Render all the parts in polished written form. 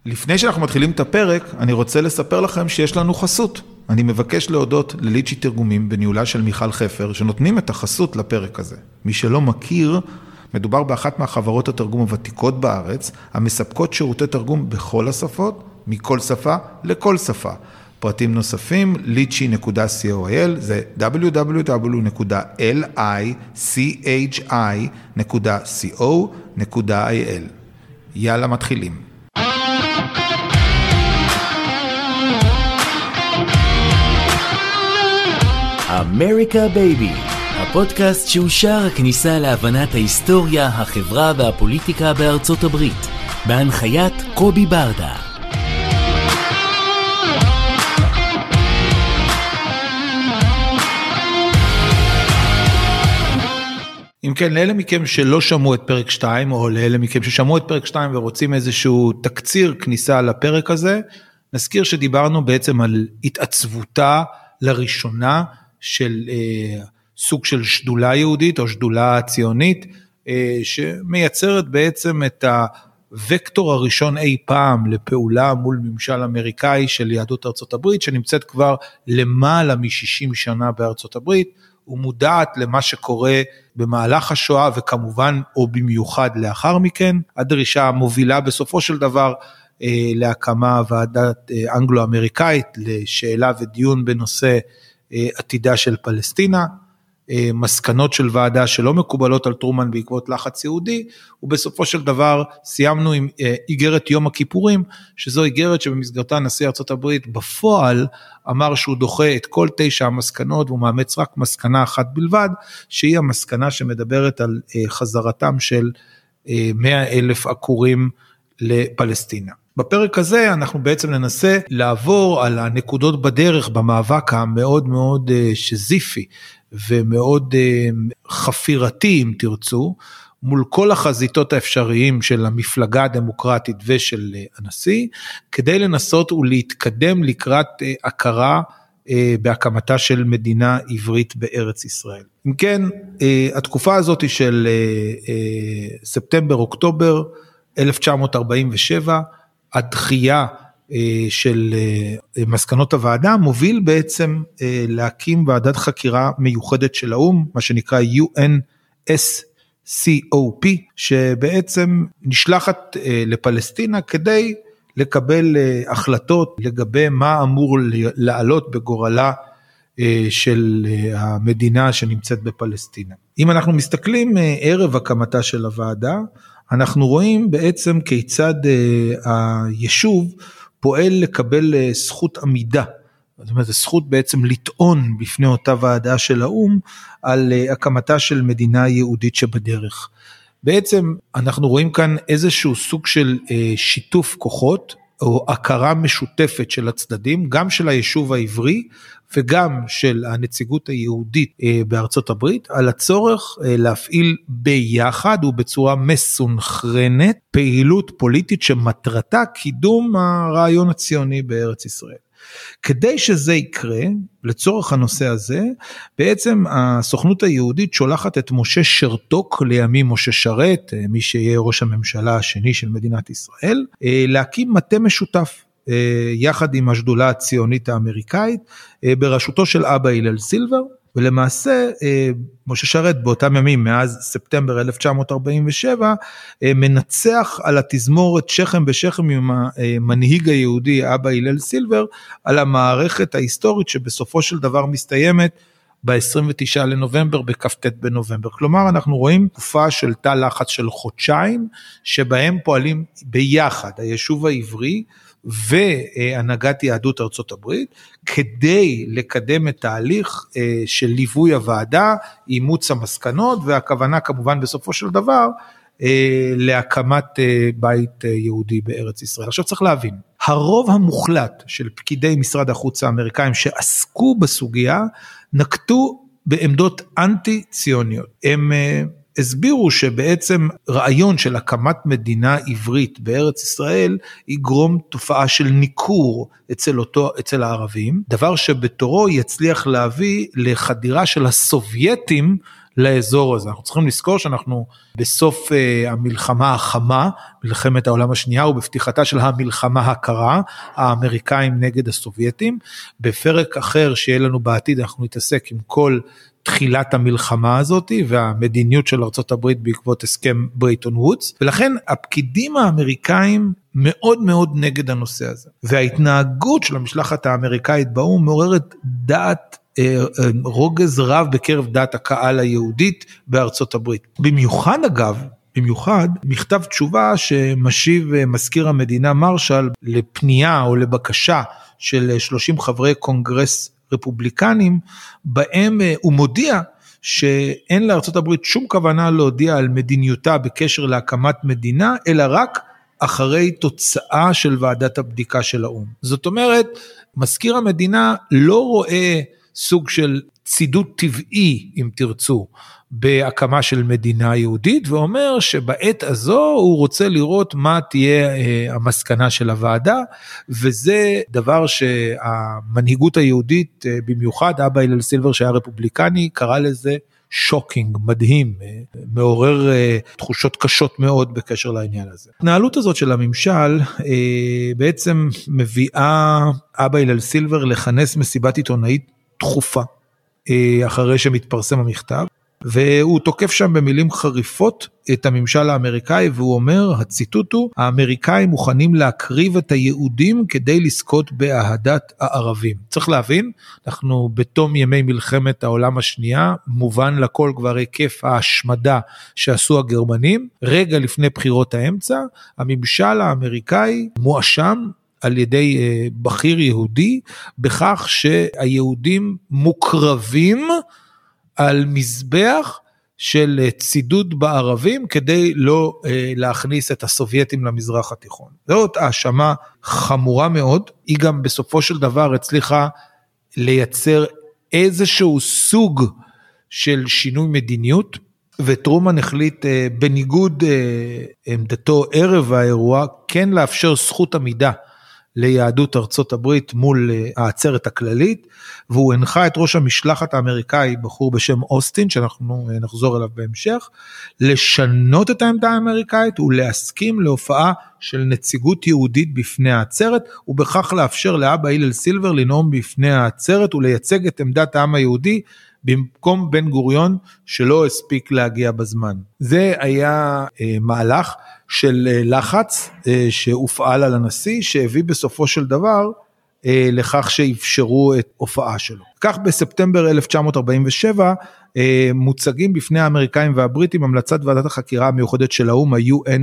לפני שאנחנו מתחילים את הפרק, אני רוצה לספר לכם שיש לנו חסות. אני מבקש להודות לליצ'י תרגומים בניהולה של מיכל חפר, שנותנים את החסות לפרק הזה. מי שלא מכיר, מדובר באחת מהחברות התרגום הוותיקות בארץ, המספקות שירותי תרגום בכל השפות, מכל שפה לכל שפה. פרטים נוספים, litchi.co.il, זה www.lichi.co.il. יאללה, מתחילים. אמריקה בייבי, הפודקאסט שאושר הכניסה להבנת ההיסטוריה, החברה והפוליטיקה בארצות הברית, בהנחיית קובי ברדה. אם כן, לאלה מכם שלא שמעו את פרק 2, או לאלה מכם ששמעו את פרק 2 ורוצים איזשהו תקציר כניסה לפרק הזה, נזכיר שדיברנו בעצם על התעצבותה לראשונה של סוג של שדולה יהודית או שדולה ציונית, שמייצרת בעצם את הוקטור הראשון אי פעם לפעולה מול ממשל אמריקאי של יהדות ארצות הברית, שנמצאת כבר למעלה מ-60 שנה בארצות הברית, ומודעת למה שקורה במהלך השואה, וכמובן או במיוחד לאחר מכן. הדרישה המובילה בסופו של דבר להקמה ועדת אנגלו-אמריקאית לשאלה ודיון בנושא עתידה של פלסטינה, מסקנות של ועדה שלא מקובלות על טרומן בעקבות לחץ יהודי, ובסופו של דבר סיימנו עם איגרת יום הכיפורים, שזו איגרת שבמסגרתה נשיא ארצות הברית בפועל אמר שהוא דוחה את כל 9 המסקנות, והוא מאמץ רק מסקנה אחת בלבד, שהיא המסקנה שמדברת על חזרתם של 100,000 עקורים לפלסטינה. בפרק הזה אנחנו בעצם ננסה לעבור על הנקודות בדרך במאבק המאוד מאוד שזיפי ומאוד חפירתי אם תרצו, מול כל החזיתות האפשריים של המפלגה הדמוקרטית ושל הנשיא, כדי לנסות ולהתקדם לקראת הכרה בהקמתה של מדינה עברית בארץ ישראל. אם כן, התקופה הזאת של ספטמבר-אוקטובר 1947, הדחייה של מסקנות הוועדה, מוביל בעצם להקים ועדת חקירה מיוחדת של האום, מה שנקרא UNSCOP, שבעצם נשלחת לפלסטינה כדי לקבל החלטות לגבי מה אמור לעלות בגורלה של המדינה שנמצאת בפלסטינה. אם אנחנו מסתכלים ערב הקמתה של הוועדה, אנחנו רואים בעצם כיצד היישוב פועל לקבל זכות עמידה, זאת אומרת, זכות בעצם לטעון בפני אותה ועדה של האום, על הקמתה של מדינה יהודית שבדרך. בעצם אנחנו רואים כאן איזשהו סוג של שיתוף כוחות, או הכרה משותפת של הצדדים, גם של היישוב העברי, וגם של הנציגות היהודית בארצות הברית, על הצורך להפעיל ביחד ובצורה מסונכרנת, פעילות פוליטית שמטרתה קידום הרעיון הציוני בארץ ישראל. כדי שזה יקרה, לצורך הנושא הזה, בעצם הסוכנות היהודית שולחת את משה שרתוק, לימים משה שרת, מי שיהיה ראש הממשלה השני של מדינת ישראל, להקים מטה משותף, יחד עם השדולה הציונית האמריקאית, בראשותו של אבא הלל סילבר, ולמעשה משה שרת באותם ימים, מאז ספטמבר 1947, מנצח על התזמורת שכם בשכם עם המנהיג היהודי אבא הלל סילבר, על המערכת ההיסטורית שבסופו של דבר מסתיימת, ב-29 לנובמבר, בכ"ט בנובמבר. כלומר, אנחנו רואים תקופה של תא לחץ של חודשיים, שבהם פועלים ביחד, היישוב העברי, והנהגת יהדות ארצות הברית, כדי לקדם את תהליך של ליווי הוועדה, אימוץ המסקנות, והכוונה כמובן בסופו של דבר, להקמת בית יהודי בארץ ישראל. עכשיו צריך להבין, הרוב המוחלט של פקידי משרד החוץ האמריקאים שעסקו בסוגיה, נקטו בעמדות אנטי ציוניות. הם הסבירו שבעצם רעיון של הקמת מדינה עברית בארץ ישראל, יגרום תופעה של ניכור אצל הערבים, דבר שבתורו יצליח להביא לחדירה של הסובייטים לאזור הזה. אנחנו צריכים לזכור שאנחנו בסוף המלחמה החמה, מלחמת העולם השנייה, ובפתיחתה של המלחמה הקרה, האמריקאים נגד הסובייטים. בפרק אחר שיהיה לנו בעתיד, אנחנו נתעסק עם כל תחילת המלחמה הזאת, והמדיניות של ארצות הברית בעקבות הסכם ברייטון וודס, ולכן הפקידים האמריקאים מאוד מאוד נגד הנושא הזה. וההתנהגות של המשלחת האמריקאית באו"ם מעוררת דעת רוגז רב בקרב דעת הקהל היהודית בארצות הברית. במיוחד מכתב תשובה שמשיב מזכיר המדינה מרשל לפנייה או לבקשה של 30 חברי קונגרס רפובליקנים, בהם הוא מודיע שאין לארצות הברית שום כוונה להודיע על מדיניותה בקשר להקמת מדינה, אלא רק אחרי תוצאה של ועדת הבדיקה של האו"ם. זאת אומרת, מזכיר המדינה לא רואה סוג של צידוד טבעי, אם תרצו, בהקמה של מדינה יהודית, ואומר שבעת הזו הוא רוצה לראות מה תהיה המסקנה של הוועדה, וזה דבר שהמנהיגות היהודית, במיוחד אבא הלל סילבר שהיה רפובליקני, קרא לזה שוקינג, מדהים, מעורר תחושות קשות מאוד בקשר לעניין הזה. ההתנהלות הזאת של הממשל בעצם מביאה אבא הלל סילבר לכנס מסיבת עיתונאית דחופה, אחרי שמתפרסם המכתב, והוא תוקף שם במילים חריפות את הממשל האמריקאי, והוא אומר, הציטוט הוא, האמריקאים מוכנים להקריב את היהודים כדי לזכות באהדת הערבים. צריך להבין, אנחנו בתום ימי מלחמת העולם השנייה, מובן לכל כבר היקף ההשמדה שעשו הגרמנים, רגע לפני בחירות האמצע, הממשל האמריקאי מואשם על ידי בכיר יהודי, בכך שהיהודים מוקרבים על מזבח של צידוד בערבים, כדי לא להכניס את הסובייטים למזרח התיכון. זאת האשמה חמורה מאוד, היא גם בסופו של דבר הצליחה לייצר איזשהו סוג של שינוי מדיניות, וטרומן החליט בניגוד עמדתו ערב האירוע, כן לאפשר זכות עמידה, ליהדות ארצות הברית מול העצרת הכללית, והוא הנחה את ראש המשלחת האמריקאי, בחור בשם אוסטין, שאנחנו נחזור אליו בהמשך, לשנות את העמדה האמריקאית, ולהסכים להופעה של נציגות יהודית בפני העצרת, ובכך לאפשר לאבא הלל סילבר לנאום בפני העצרת, ולייצג את עמדת העם היהודי, במקום בן גוריון שלא הספיק להגיע בזמן. זה היה מהלך של לחץ שהופעל על הנשיא, שהביא בסופו של דבר לכך שאפשרו את הופעה שלו. כך בספטמבר 1947 מוצגים בפני האמריקאים והבריטים המלצת ועדת החקירה המיוחדת של האו"ם,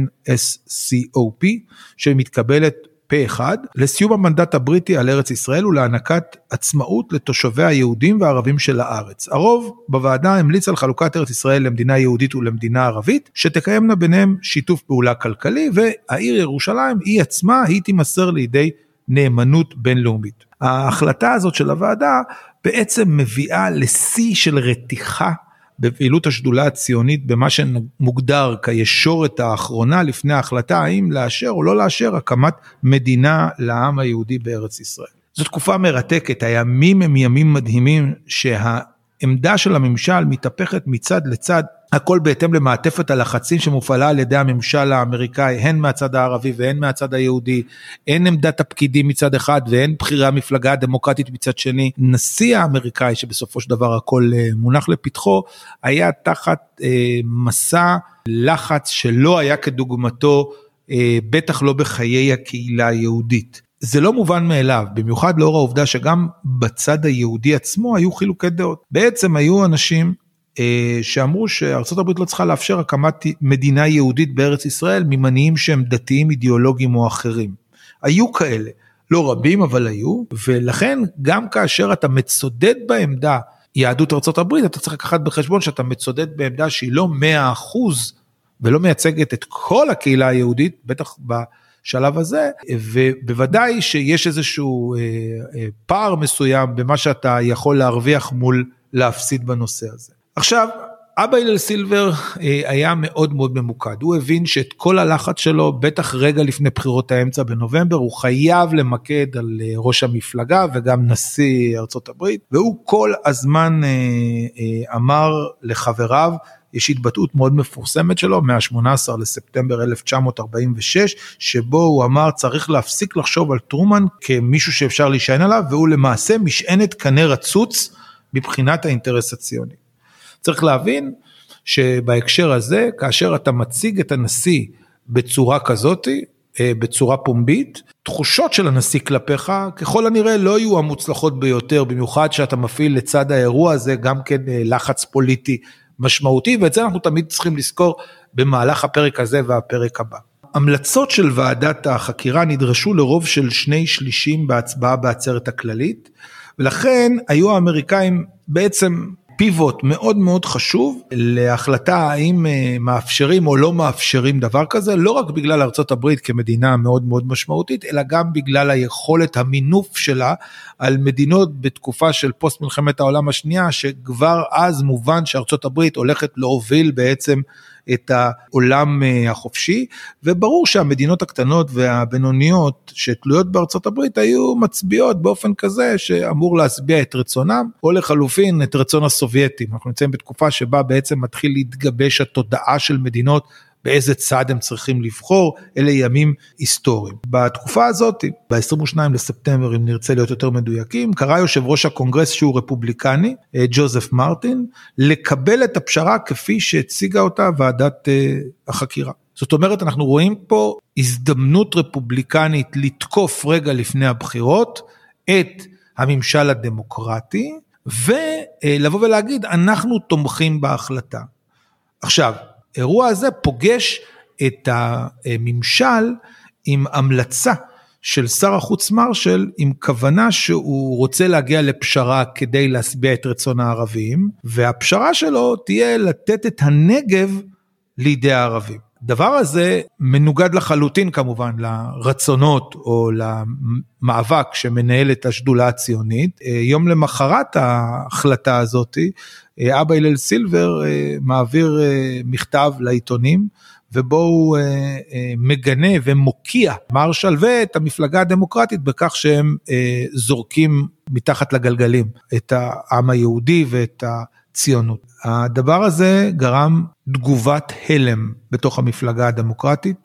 ה-UNSCOP, שמתקבלת פה אחד, לסיום המנדט הבריטי על ארץ ישראל ולהענקת עצמאות לתושבי היהודים והערבים של הארץ. הרוב בוועדה המליץ על חלוקת ארץ ישראל למדינה יהודית ולמדינה ערבית, שתקיימנה ביניהם שיתוף פעולה כלכלי, והעיר ירושלים היא עצמה, היא תימסר לידי נאמנות בינלאומית. ההחלטה הזאת של הוועדה בעצם מביאה לשיא של רתיחה בפעילות השדולה הציונית, במה שמוגדר כישורת האחרונה לפני ההחלטה, האם לאשר או לא לאשר הקמת מדינה לעם היהודי בארץ ישראל. זו תקופה מרתקת, הימים הם ימים מדהימים, שהעמדה של הממשל מתהפכת מצד לצד, הכל בהתאם למעטפת הלחצים שמופעלה על ידי הממשל האמריקאי, הן מהצד הערבי והן מהצד היהודי, אין עמדת הפקידים מצד אחד, והן בחירי המפלגה הדמוקרטית מצד שני. נשיא האמריקאי, שבסופו של דבר הכל מונח לפתחו, היה תחת מסע לחץ שלא היה כדוגמתו, בטח לא בחיי הקהילה היהודית. זה לא מובן מאליו, במיוחד לאור העובדה שגם בצד היהודי עצמו היו חילוקי דעות. בעצם היו אנשים שאמרו שארצות הברית לא צריכה לאפשר הקמת מדינה יהודית בארץ ישראל, ממניעים שהם דתיים, אידיאולוגיים או אחרים. היו כאלה, לא רבים אבל היו, ולכן גם כאשר אתה מצודד בעמדה יהדות ארצות הברית, אתה צריך לקחת בחשבון שאתה מצודד בעמדה שהיא לא 100% ולא מייצגת את כל הקהילה היהודית, בטח בשלב הזה, ובוודאי שיש איזשהו פער מסוים במה שאתה יכול להרוויח מול להפסיד בנושא הזה. עכשיו, אבא הלל סילבר היה מאוד מאוד ממוקד, הוא הבין שאת כל הלחץ שלו, בטח רגע לפני בחירות האמצע בנובמבר, הוא חייב למקד על ראש המפלגה וגם נשיא ארצות הברית, והוא כל הזמן אמר לחבריו, יש התבטאות מאוד מפורסמת שלו, מה-18 לספטמבר 1946, שבו הוא אמר צריך להפסיק לחשוב על טרומן כמישהו שאפשר להישען עליו, והוא למעשה משענת קנה רצוץ מבחינת האינטרס הציוני. צריך להבין שבהקשר הזה, כאשר אתה מציג את הנשיא בצורה כזאת, בצורה פומבית, תחושות של הנשיא כלפיך, ככל הנראה לא יהיו המוצלחות ביותר, במיוחד שאתה מפעיל לצד האירוע הזה, גם כן לחץ פוליטי משמעותי, ואת זה אנחנו תמיד צריכים לזכור במהלך הפרק הזה והפרק הבא. המלצות של ועדת החקירה נדרשו לרוב של 2/3 בהצבעה בעצרת הכללית, ולכן היו האמריקאים בעצם פיבוט מאוד מאוד חשוב להחלטה האם מאפשרים או לא מאפשרים דבר כזה, לא רק בגלל ארצות הברית כמדינה מאוד מאוד משמעותית, אלא גם בגלל היכולת המינוף שלה על מדינות בתקופה של פוסט מלחמת העולם השנייה, שכבר אז מובן שארצות הברית הולכת להוביל בעצם את העולם החופשי, וברור שהמדינות הקטנות והבינוניות שתלויות בארצות הברית היו מצביעות באופן כזה שאמור להצביע את רצונם, או לחלופין את רצון הסובייטים. אנחנו נמצאים בתקופה שבה בעצם מתחיל להתגבש התודעה של מדינות, באיזה צד הם צריכים לבחור, אלה ימים היסטוריים. בתקופה הזאת, ב-22 לספטמבר, אם נרצה להיות יותר מדויקים, קרא יושב ראש הקונגרס שהוא רפובליקני, ג'וזף מרטין, לקבל את הפשרה כפי שהציגה אותה ועדת החקירה. זאת אומרת, אנחנו רואים פה הזדמנות רפובליקנית לתקוף רגע לפני הבחירות את הממשל הדמוקרטי, ולבוא ולהגיד, אנחנו תומכים בהחלטה. עכשיו, האירוע הזה פוגש את הממשל עם המלצה של שר החוץ מרשל, עם כוונה שהוא רוצה להגיע לפשרה כדי להשביע את רצון הערבים, והפשרה שלו תהיה לתת את הנגב לידי הערבים. הדבר הזה מנוגד לחלוטין כמובן לרצונות או למאבק שמנהל את השדולה הציונית. יום למחרת ההחלטה הזאת, אבא הלל סילבר מעביר מכתב לעיתונים, ובו הוא מגנה ומוקיע מרשל ואת המפלגה הדמוקרטית בכך שהם זורקים מתחת לגלגלים את העם היהודי ואת הציונות. הדבר הזה גרם תגובת הלם בתוך המפלגה הדמוקרטית,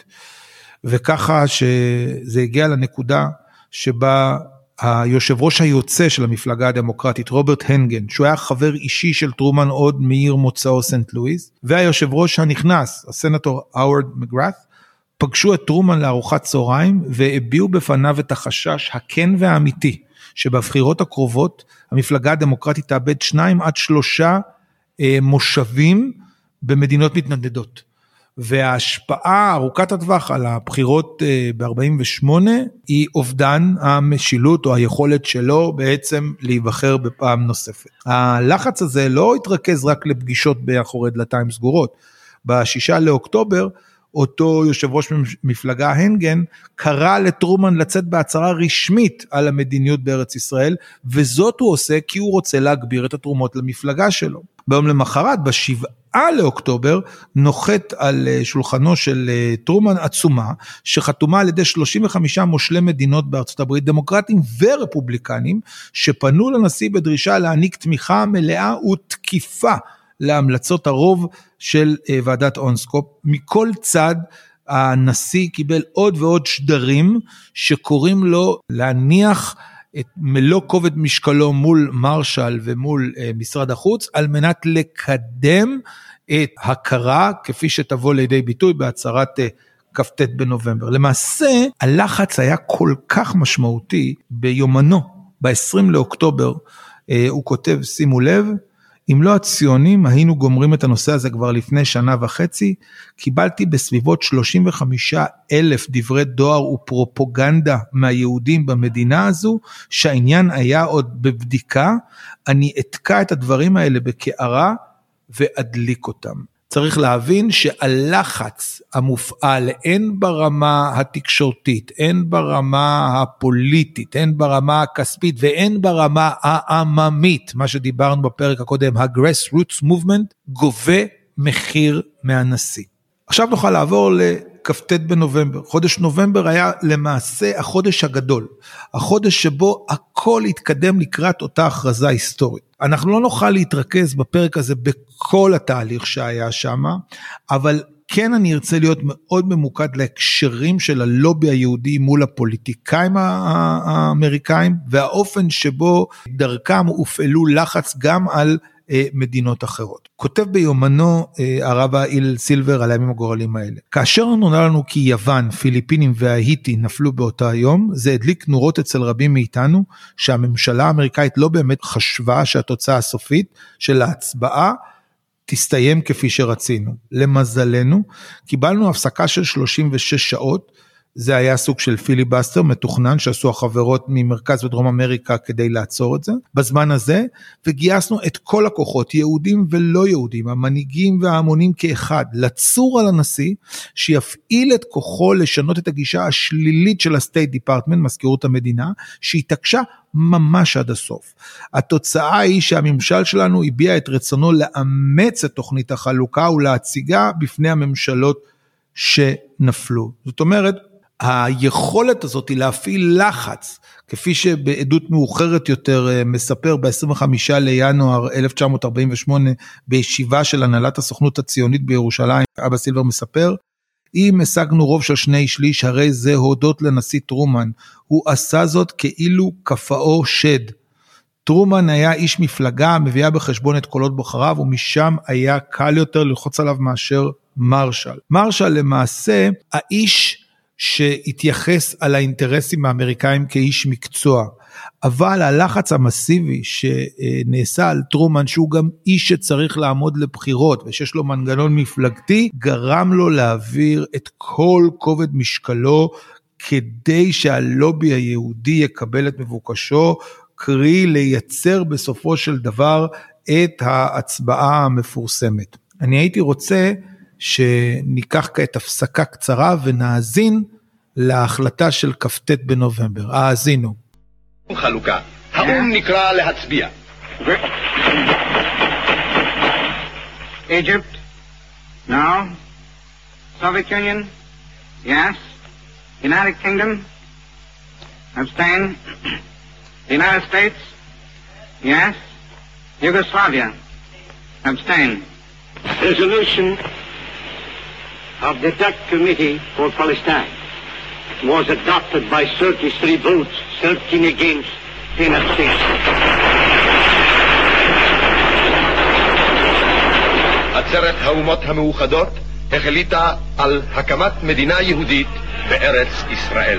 וככה שזה הגיע לנקודה שבה היושב ראש היוצא של המפלגה הדמוקרטית, רוברט הנגן, שהוא היה חבר אישי של טרומן עוד מעיר מוצאו סנט לואיס, והיושב ראש הנכנס, הסנטור האוורד מגרת, פגשו את טרומן לארוחת צהריים, והביעו בפניו את החשש הכן והאמיתי, שבבחירות הקרובות המפלגה הדמוקרטית תאבד 2-3 מושבים במדינות מתנדדות. וההשפעה ארוכת הטווח על הבחירות ב-48 היא אובדן המשילות או היכולת שלו בעצם להיבחר בפעם נוספת. הלחץ הזה לא התרכז רק לפגישות באחורי דלתיים סגורות. ב6 לאוקטובר אותו יושב ראש מפלגה הנגן קרא לטרומן לצאת בהצהרה רשמית על המדיניות בארץ ישראל, וזאת הוא עושה כי הוא רוצה להגביר את התרומות למפלגה שלו. ביום למחרת, ב7 לאוקטובר, נוחת על שולחנו של טרומן עצומה, שחתומה על ידי 35 מושלי מדינות בארצות הברית, דמוקרטים ורפובליקנים, שפנו לנשיא בדרישה להעניק תמיכה מלאה ותקיפה להמלצות הרוב של ועדת אונסקופ. מכל צד הנשיא קיבל עוד ועוד שדרים שקוראים לו להניח את מלוא כובד משקלו מול מרשל ומול משרד החוץ, על מנת לקדם את הכרה כפי שתבוא לידי ביטוי בהצהרת כ"ט בנובמבר. למעשה הלחץ היה כל כך משמעותי ביומנו, ב-20 לאוקטובר, הוא כותב, שימו לב, אם לא הציונים היינו גומרים את הנושא הזה כבר לפני 1.5 שנה, קיבלתי בסביבות 35,000 דברי דואר ופרופוגנדה מהיהודים במדינה הזו, שהעניין היה עוד בבדיקה, אני אתקע את הדברים האלה בקערה ואדליק אותם. צריך להבין שהלחץ המופעל, אין ברמה התקשורתית, אין ברמה הפוליטית, אין ברמה הכספית, ואין ברמה העממית, מה שדיברנו בפרק הקודם, ה-Grassroots Movement, גובה מחיר מהנשיא. עכשיו נוכל לעבור לכ"ט בנובמבר. חודש נובמבר היה למעשה החודש הגדול, החודש שבו הכל התקדם לקראת אותה הכרזה היסטורית. אנחנו לא נוכל להתרכז בפרק הזה בכל התהליך שהיה שם, אבל כן אני ארצה להיות מאוד ממוקד להקשרים של הלובי היהודי מול הפוליטיקאים האמריקאים, והאופן שבו דרכם הופעלו לחץ גם על מדינות אחרות. כותב ביומנו הרב איל סילבר על הימים הגורלים האלה. כאשר נודע לנו כי יוון, פיליפינים וההיטי נפלו באותה היום, זה הדליק נורות אצל רבים מאיתנו, שהממשלה האמריקאית לא באמת חשבה שהתוצאה הסופית של ההצבעה תסתיים כפי שרצינו. למזלנו, קיבלנו הפסקה של 36 שעות, זה היה סוג של פיליבסטר מתוכנן שעשו החברות ממרכז ודרום אמריקה כדי לעצור את זה, בזמן הזה, וגייסנו את כל הכוחות, יהודים ולא יהודים, המנהיגים וההמונים כאחד, לצור על הנשיא, שיפעיל את כוחו לשנות את הגישה השלילית של הסטייט דיפרטמנט, מזכירות המדינה, שהתעקשה ממש עד הסוף. התוצאה היא שהממשל שלנו הביע את רצונו לאמץ את תוכנית החלוקה, ולהציגה בפני הממשלות שנפלו. זאת אומרת, היכולת הזאת היא להפעיל לחץ, כפי שבעדות מאוחרת יותר מספר ב-25 לינואר 1948, בישיבה של הנהלת הסוכנות הציונית בירושלים, אבא סילבר מספר, אם השגנו רוב של 2/3, הרי זה הודות לנשיא טרומן, הוא עשה זאת כאילו כפאו שד. טרומן היה איש מפלגה, מביאה בחשבון את קולות בוחריו, ומשם היה קל יותר ללחוץ עליו מאשר מרשל. מרשל למעשה, האיש שהתייחס על האינטרסים האמריקאים כאיש מקצוע, אבל הלחץ המסיבי שנעשה על טרומן, שהוא גם איש שצריך לעמוד לבחירות, ושיש לו מנגנון מפלגתי, גרם לו להעביר את כל כובד משקלו, כדי שהלובי היהודי יקבל את מבוקשו, קרי לייצר בסופו של דבר את ההצבעה המפורסמת. אני הייתי רוצה שניקח כעת הפסקה קצרה ונאזין להחלטה של כ"ט בנובמבר. האזינו. חלוקה. האום נקרא להצביע. Egypt? No. Soviet Union? Yes. United Kingdom? Abstain. The United States? Yes. Yugoslavia? Abstain. Resolution of the Dutch Committee for Palestine was adopted by 33 votes, 13 against, 10 abstained. עצרת האומות המאוחדות החליטה על הקמת מדינה יהודית בארץ ישראל.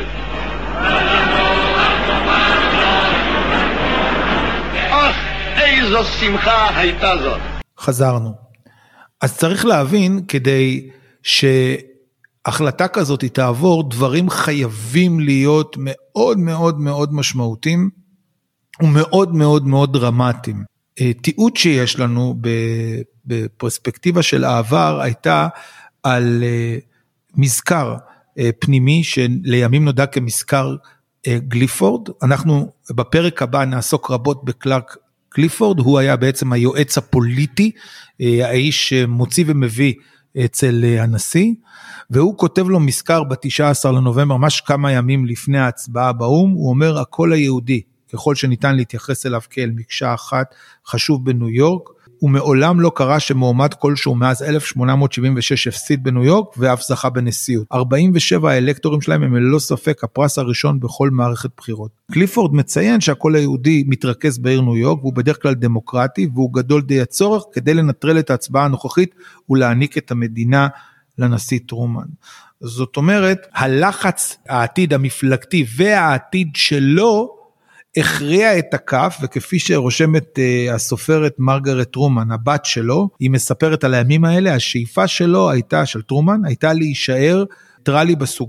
אך איזו שמחה הייתה זאת. חזרנו. אז צריך להבין, כדי שהחלטה כזאת תעבור, דברים חייבים להיות מאוד מאוד מאוד משמעותיים, ומאוד מאוד מאוד דרמטיים. תיעוד שיש לנו בפרספקטיבה של העבר, הייתה על מזכר פנימי, שלימים נודע כמזכר גליפורד. אנחנו בפרק הבא נעסוק רבות בקלארק גליפורד, הוא היה בעצם היועץ הפוליטי, האיש שמוציא ומביא אצל הנשיא, והוא כותב לו מזכר ב-19 לנובמבר, ממש כמה ימים לפני ההצבעה באום, הוא אומר, הקול היהודי, ככל שניתן להתייחס אליו כאל מקשה אחת, חשוב בניו יורק, ומעולם לא קרה שמועמד כלשהו מאז 1876 הפסיד בניו יורק, ואף זכה בנשיאות. 47 האלקטורים שלהם הם ללא ספק הפרס הראשון בכל מערכת בחירות. קליפורד מציין שהקול היהודי מתרכז בעיר ניו יורק, והוא בדרך כלל דמוקרטי, והוא גדול די הצורך כדי לנטרל את ההצבעה הנוכחית, ולהעניק את המדינה לנשיא טרומן. זאת אומרת, הלחץ העתיד המפלגתי והעתיד שלו, הכריע את הכף, וכפי שרושמת הסופרת מרגרט טרומן, הבת שלו, היא מספרת על הימים האלה, השאיפה שלו הייתה, של טרומן, הייתה להישאר טרלי בסוגיה.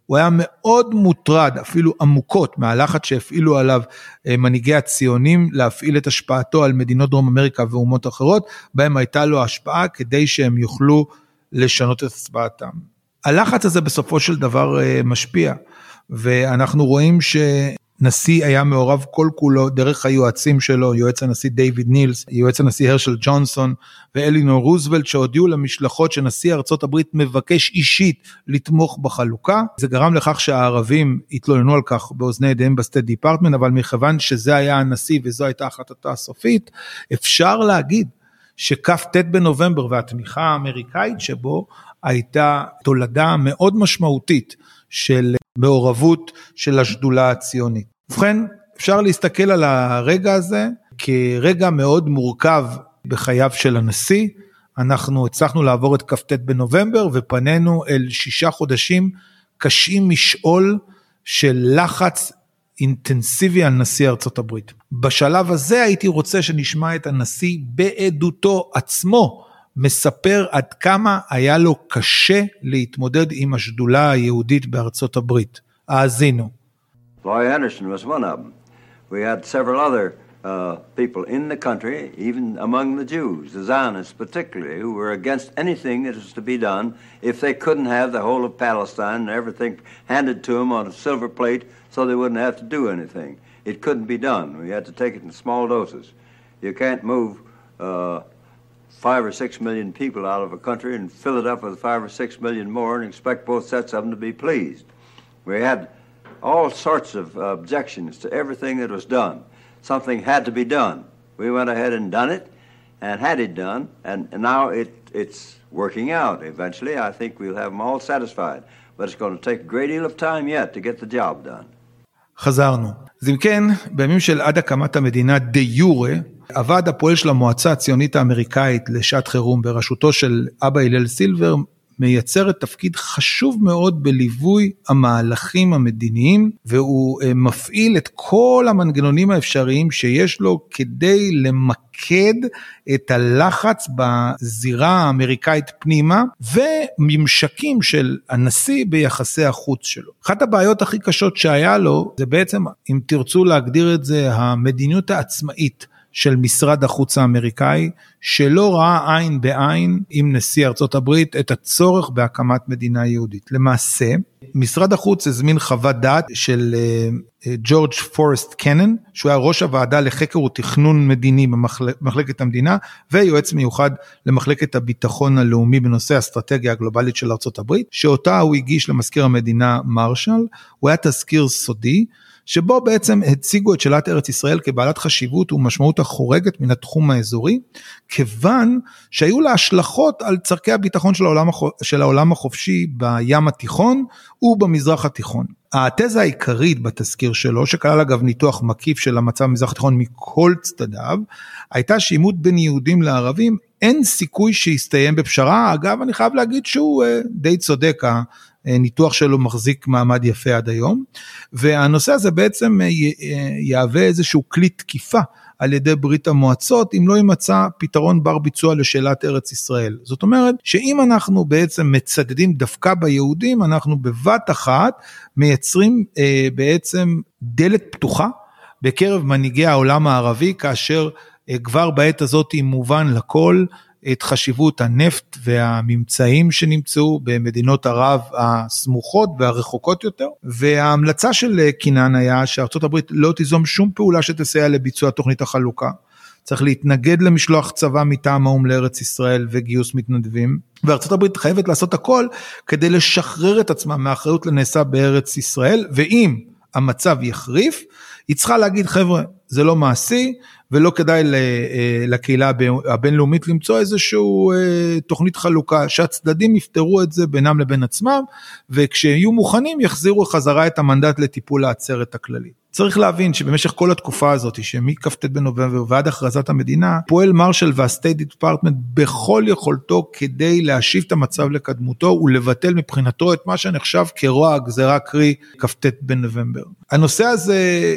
הוא היה מאוד מוטרד, אפילו עמוקות, מהלחץ שהפעילו עליו מנהיגי הציונים, להפעיל את השפעתו על מדינות דרום אמריקה ואומות אחרות, בהם הייתה לו השפעה, כדי שהם יוכלו לשנות את הצבעתם. הלחץ הזה בסופו של דבר משפיע, ואנחנו רואים שנשיא היה מעורב כל כולו, דרך היועצים שלו, יועץ הנשיא דיוויד נילס, יועץ הנשיא הרשל ג'ונסון, ואלינור רוזוולט, שהודיעו למשלחות שנשיא ארצות הברית מבקש אישית לתמוך בחלוקה. זה גרם לכך שהערבים התלוננו על כך באוזני ידיהם בסטייט דיפרטמנט, אבל מכיוון שזה היה הנשיא וזו הייתה החלטתה הסופית, אפשר להגיד שכ"ט בנובמבר והתמיכה האמריקאית שבו הייתה תולדה מאוד משמעותית של מעורבות של השדולה הציונית. ובכן, אפשר להסתכל על הרגע הזה כרגע מאוד מורכב בחייו של הנשיא. אנחנו הצלחנו לעבור את כ"ט בנובמבר ופנינו אל 6 חודשים קשים משאול של לחץ אינטנסיבי על נשיא ארצות הברית. בשלב הזה הייתי רוצה שנשמע את הנשיא בעדותו עצמו, מספר עד כמה היה לו קשה להתמודד עם השדולה היהודית בארצות הברית. האזינו. Roy Anderson was one of them. We had several other people in the country, even among the Jews, the Zionists particularly, who were against anything that was to be done if they couldn't have the whole of Palestine and everything handed to them on a silver plate so they wouldn't have to do anything. It couldn't be done. We had to take it in small doses. You can't move 5 or 6 million people out of a country and fill it up with 5 or 6 million more and expect both sets of them to be pleased. We had all sorts of objections to everything that was done. Something had to be done. We went ahead and done it and had it done, and now it's working out. Eventually, I think we'll have them all satisfied, but it's going to take a great deal of time yet to get the job done. חזרנו. אז אם כן, בימים של עד הקמת המדינה דה יורה, הוועד הפועל של המועצה הציונית האמריקאית לשעת חירום בראשותו של אבא הלל סילבר, מייצרת תפקיד חשוב מאוד בליווי המהלכים המדיניים, והוא מפעיל את כל המנגנונים האפשריים שיש לו כדי למקד את הלחץ בזירה האמריקאית פנימה, וממשקים של הנשיא ביחסי החוץ שלו. אחת הבעיות הכי קשות שהיה לו, זה בעצם, אם תרצו להגדיר את זה, המדיניות העצמאית של משרד החוץ האמריקאי, שלא ראה עין בעין עם נשיא ארצות הברית את הצורך בהקמת מדינה יהודית. למעשה, משרד החוץ הזמין חוות דעת של ג'ורג' פורסט קנן, שהוא היה ראש הוועדה לחקר ותכנון מדיני במחלקת המדינה, ויועץ מיוחד למחלקת הביטחון הלאומי בנושא האסטרטגיה הגלובלית של ארצות הברית, שאותה הוא הגיש למזכיר המדינה מרשל. הוא היה תזכיר סודי, שבו בעצם הציגו את שאלת ארץ ישראל כבעלת חשיבות ומשמעות החורגת מן התחום האזורי, כיוון שהיו לה השלכות על צורכי הביטחון של העולם החופשי בים התיכון ובמזרח התיכון. התזה העיקרית בתזכיר שלו, שכלל אגב ניתוח מקיף של המצב במזרח התיכון מכל צדדיו, הייתה שעימות בין יהודים לערבים, אין סיכוי שיסתיים בפשרה. אגב, אני חייב להגיד שהוא די צודק, הניתוח שלו מחזיק מעמד יפה עד היום, והנושא הזה בעצם יהווה איזשהו כלי תקיפה על ידי ברית המועצות, אם לא יימצא פתרון בר ביצוע לשאלת ארץ ישראל. זאת אומרת, שאם אנחנו בעצם מצדדים דווקא ביהודים, אנחנו בבת אחת מייצרים בעצם דלת פתוחה, בקרב מנהיגי העולם הערבי, כאשר כבר בעת הזאת מובן לכל, את חשיבות הנפט והממצאים שנמצאו במדינות ערב הסמוכות והרחוקות יותר, וההמלצה של קינן היה שארצות הברית לא תיזום שום פעולה שתסייע לביצוע תוכנית החלוקה, צריך להתנגד למשלוח צבא מטעם האו"ם לארץ ישראל וגיוס מתנדבים, וארצות הברית חייבת לעשות הכל כדי לשחרר את עצמה מהאחריות לנעשה בארץ ישראל, ואם המצב יחריף, היא צריכה להגיד חבר'ה, זה לא מעשי, ולא כדאי לקהילה הבינלאומית למצוא איזשהו תוכנית חלוקה, שהצדדים יפתרו את זה בינם לבין עצמם, וכשיהיו מוכנים יחזירו חזרה את המנדט לטיפול העצרת הכללית. צריך להבין שבמשך כל התקופה הזאת, שמכ"ט בנובמבר ועד הכרזת המדינה, פועל מרשל והסטייט דיפרטמנט בכל יכולתו כדי להשיב את המצב לקדמותו, ולבטל מבחינתו את מה שנחשב כרוע הגזרה, קרי כ"ט בנובמבר. הנושא הזה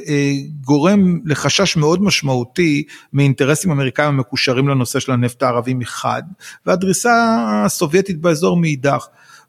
גורם לחשש מאוד משמעותי מאינטרסים אמריקאים המקושרים לנושא של הנפט הערבי מחד, והדריסה הסובייטית באזור מאידך.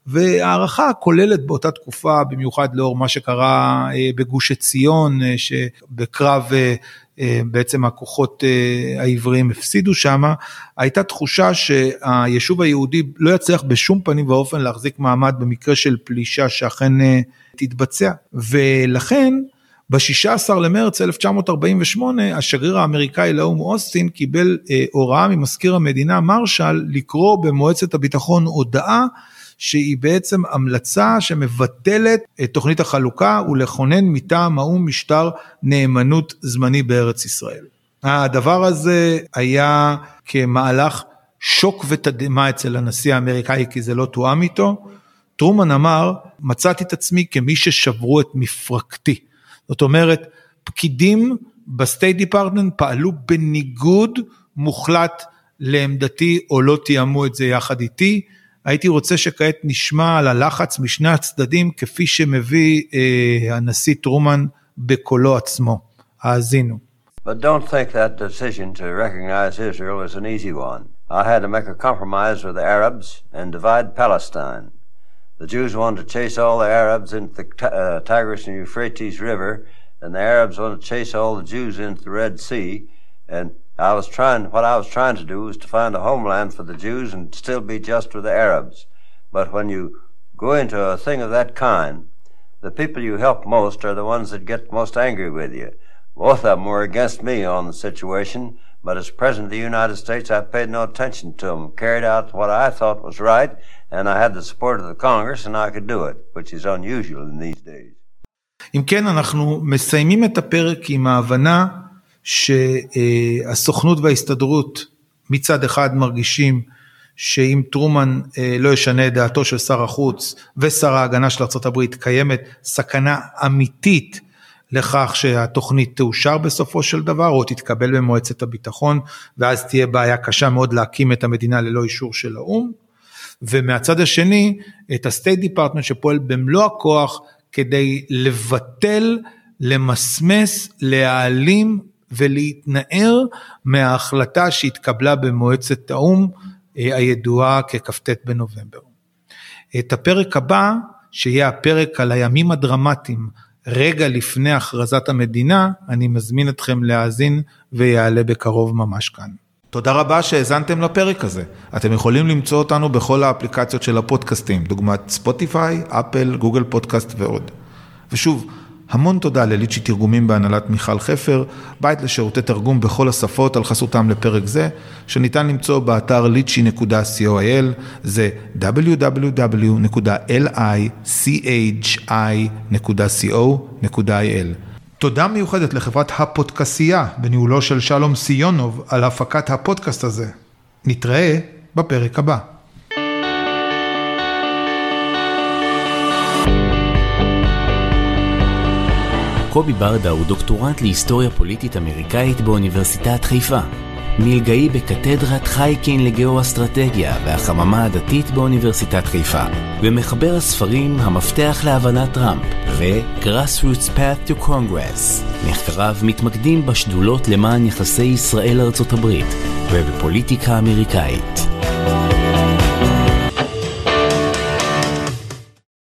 והערכה כוללת באותה תקופה, במיוחד לאור מה שקרה בגוש עציון, שבקרב בעצם הכוחות העבריים הפסידו שם, הייתה תחושה שהיישוב היהודי לא יצליח בשום פנים ואופן להחזיק מעמד במקרה של פלישה שאכן תתבצע, ולכן ב-16 למרץ 1948 השגריר האמריקאי לאו"ם אוסטין קיבל הוראה ממזכיר המדינה מרשל לקרוא במועצת הביטחון הודעה שהיא בעצם המלצה שמבטלת את תוכנית החלוקה ולכונן מטעם האו"ם משטר נאמנות זמני בארץ ישראל. הדבר הזה היה כמהלך שוק ותדהמה אצל הנשיא האמריקאי כי זה לא תואם איתו. טרומן אמר, מצאתי את עצמי כמי ששברו את מפרקתי. זאת אומרת, פקידים בסטייט דיפרטמנט פעלו בניגוד מוחלט לעמדתי או לא תיאמו את זה יחד איתי. הייתי רוצה שכעת נשמע על הלחץ משני הצדדים כפי שמביא הנשיא טרומן בקולו עצמו. האזינו. But don't think that decision to recognize Israel is an easy one. I had to make a compromise with the Arabs and divide Palestine. The Jews wanted to chase all the Arabs into the Tigris and Euphrates River, and the Arabs wanted to chase all the Jews into the Red Sea, and what I was trying to do was to find a homeland for the Jews and still be just with the Arabs. But when you go into a thing of that kind, the people you help most are the ones that get most angry with you. Both of them were against me on the situation, but as President of the United States, I paid no attention to them, carried out what I thought was right, and I had the support of the Congress, and I could do it, which is unusual in these days. אם כן, אנחנו מסיימים את הפרק עם ההבנה שהסוכנות וההסתדרות מצד אחד מרגישים שאם טרומן לא ישנה את דעתו של שר החוץ ושר ההגנה של ארצות הברית, קיימת סכנה אמיתית לכך שהתוכנית תאושר בסופו של דבר, או תתקבל במועצת הביטחון, ואז תהיה בעיה קשה מאוד להקים את המדינה ללא אישור של האו"ם, ומהצד השני, את הסטייט דיפרטמנט שפועל במלוא הכוח, כדי לבטל, למסמס, להעלים, ולהתנער מההחלטה שהתקבלה במועצת האו"ם, הידועה ככ"ט בנובמבר. את הפרק הבא, שיהיה הפרק על הימים הדרמטיים, רגע לפני הכרזת המדינה, אני מזמין אתכם להאזין ויעלה בקרוב ממש כאן. תודה רבה שהאזנתם לפרק הזה. אתם יכולים למצוא אותנו בכל האפליקציות של הפודקאסטים, דוגמת ספוטיפיי, אפל, גוגל פודקאסט ועוד. ושוב, המון תודה לליצ'י תרגומים בהנהלת מיכל חפר, בית לשירותי תרגום בכל השפות על חסותם לפרק זה, שניתן למצוא באתר litchi.co.il, זה www.lichi.co.il. תודה מיוחדת לחברת הפודקסייה, בניהולו של שלום סיונוב, על הפקת הפודקאסט הזה. נתראה בפרק הבא. קובי ברדה הוא דוקטורנט להיסטוריה פוליטית אמריקאית באוניברסיטת חיפה. מלגאי בקתדרת חייקין לגאו-אסטרטגיה והחממה הדתית באוניברסיטת חיפה. ומחבר הספרים המפתח להבנת טראמפ ו-Grassroots Path to Congress. מחקריו מתמקדים בשדולות למען יחסי ישראל ארצות הברית ובפוליטיקה אמריקאית.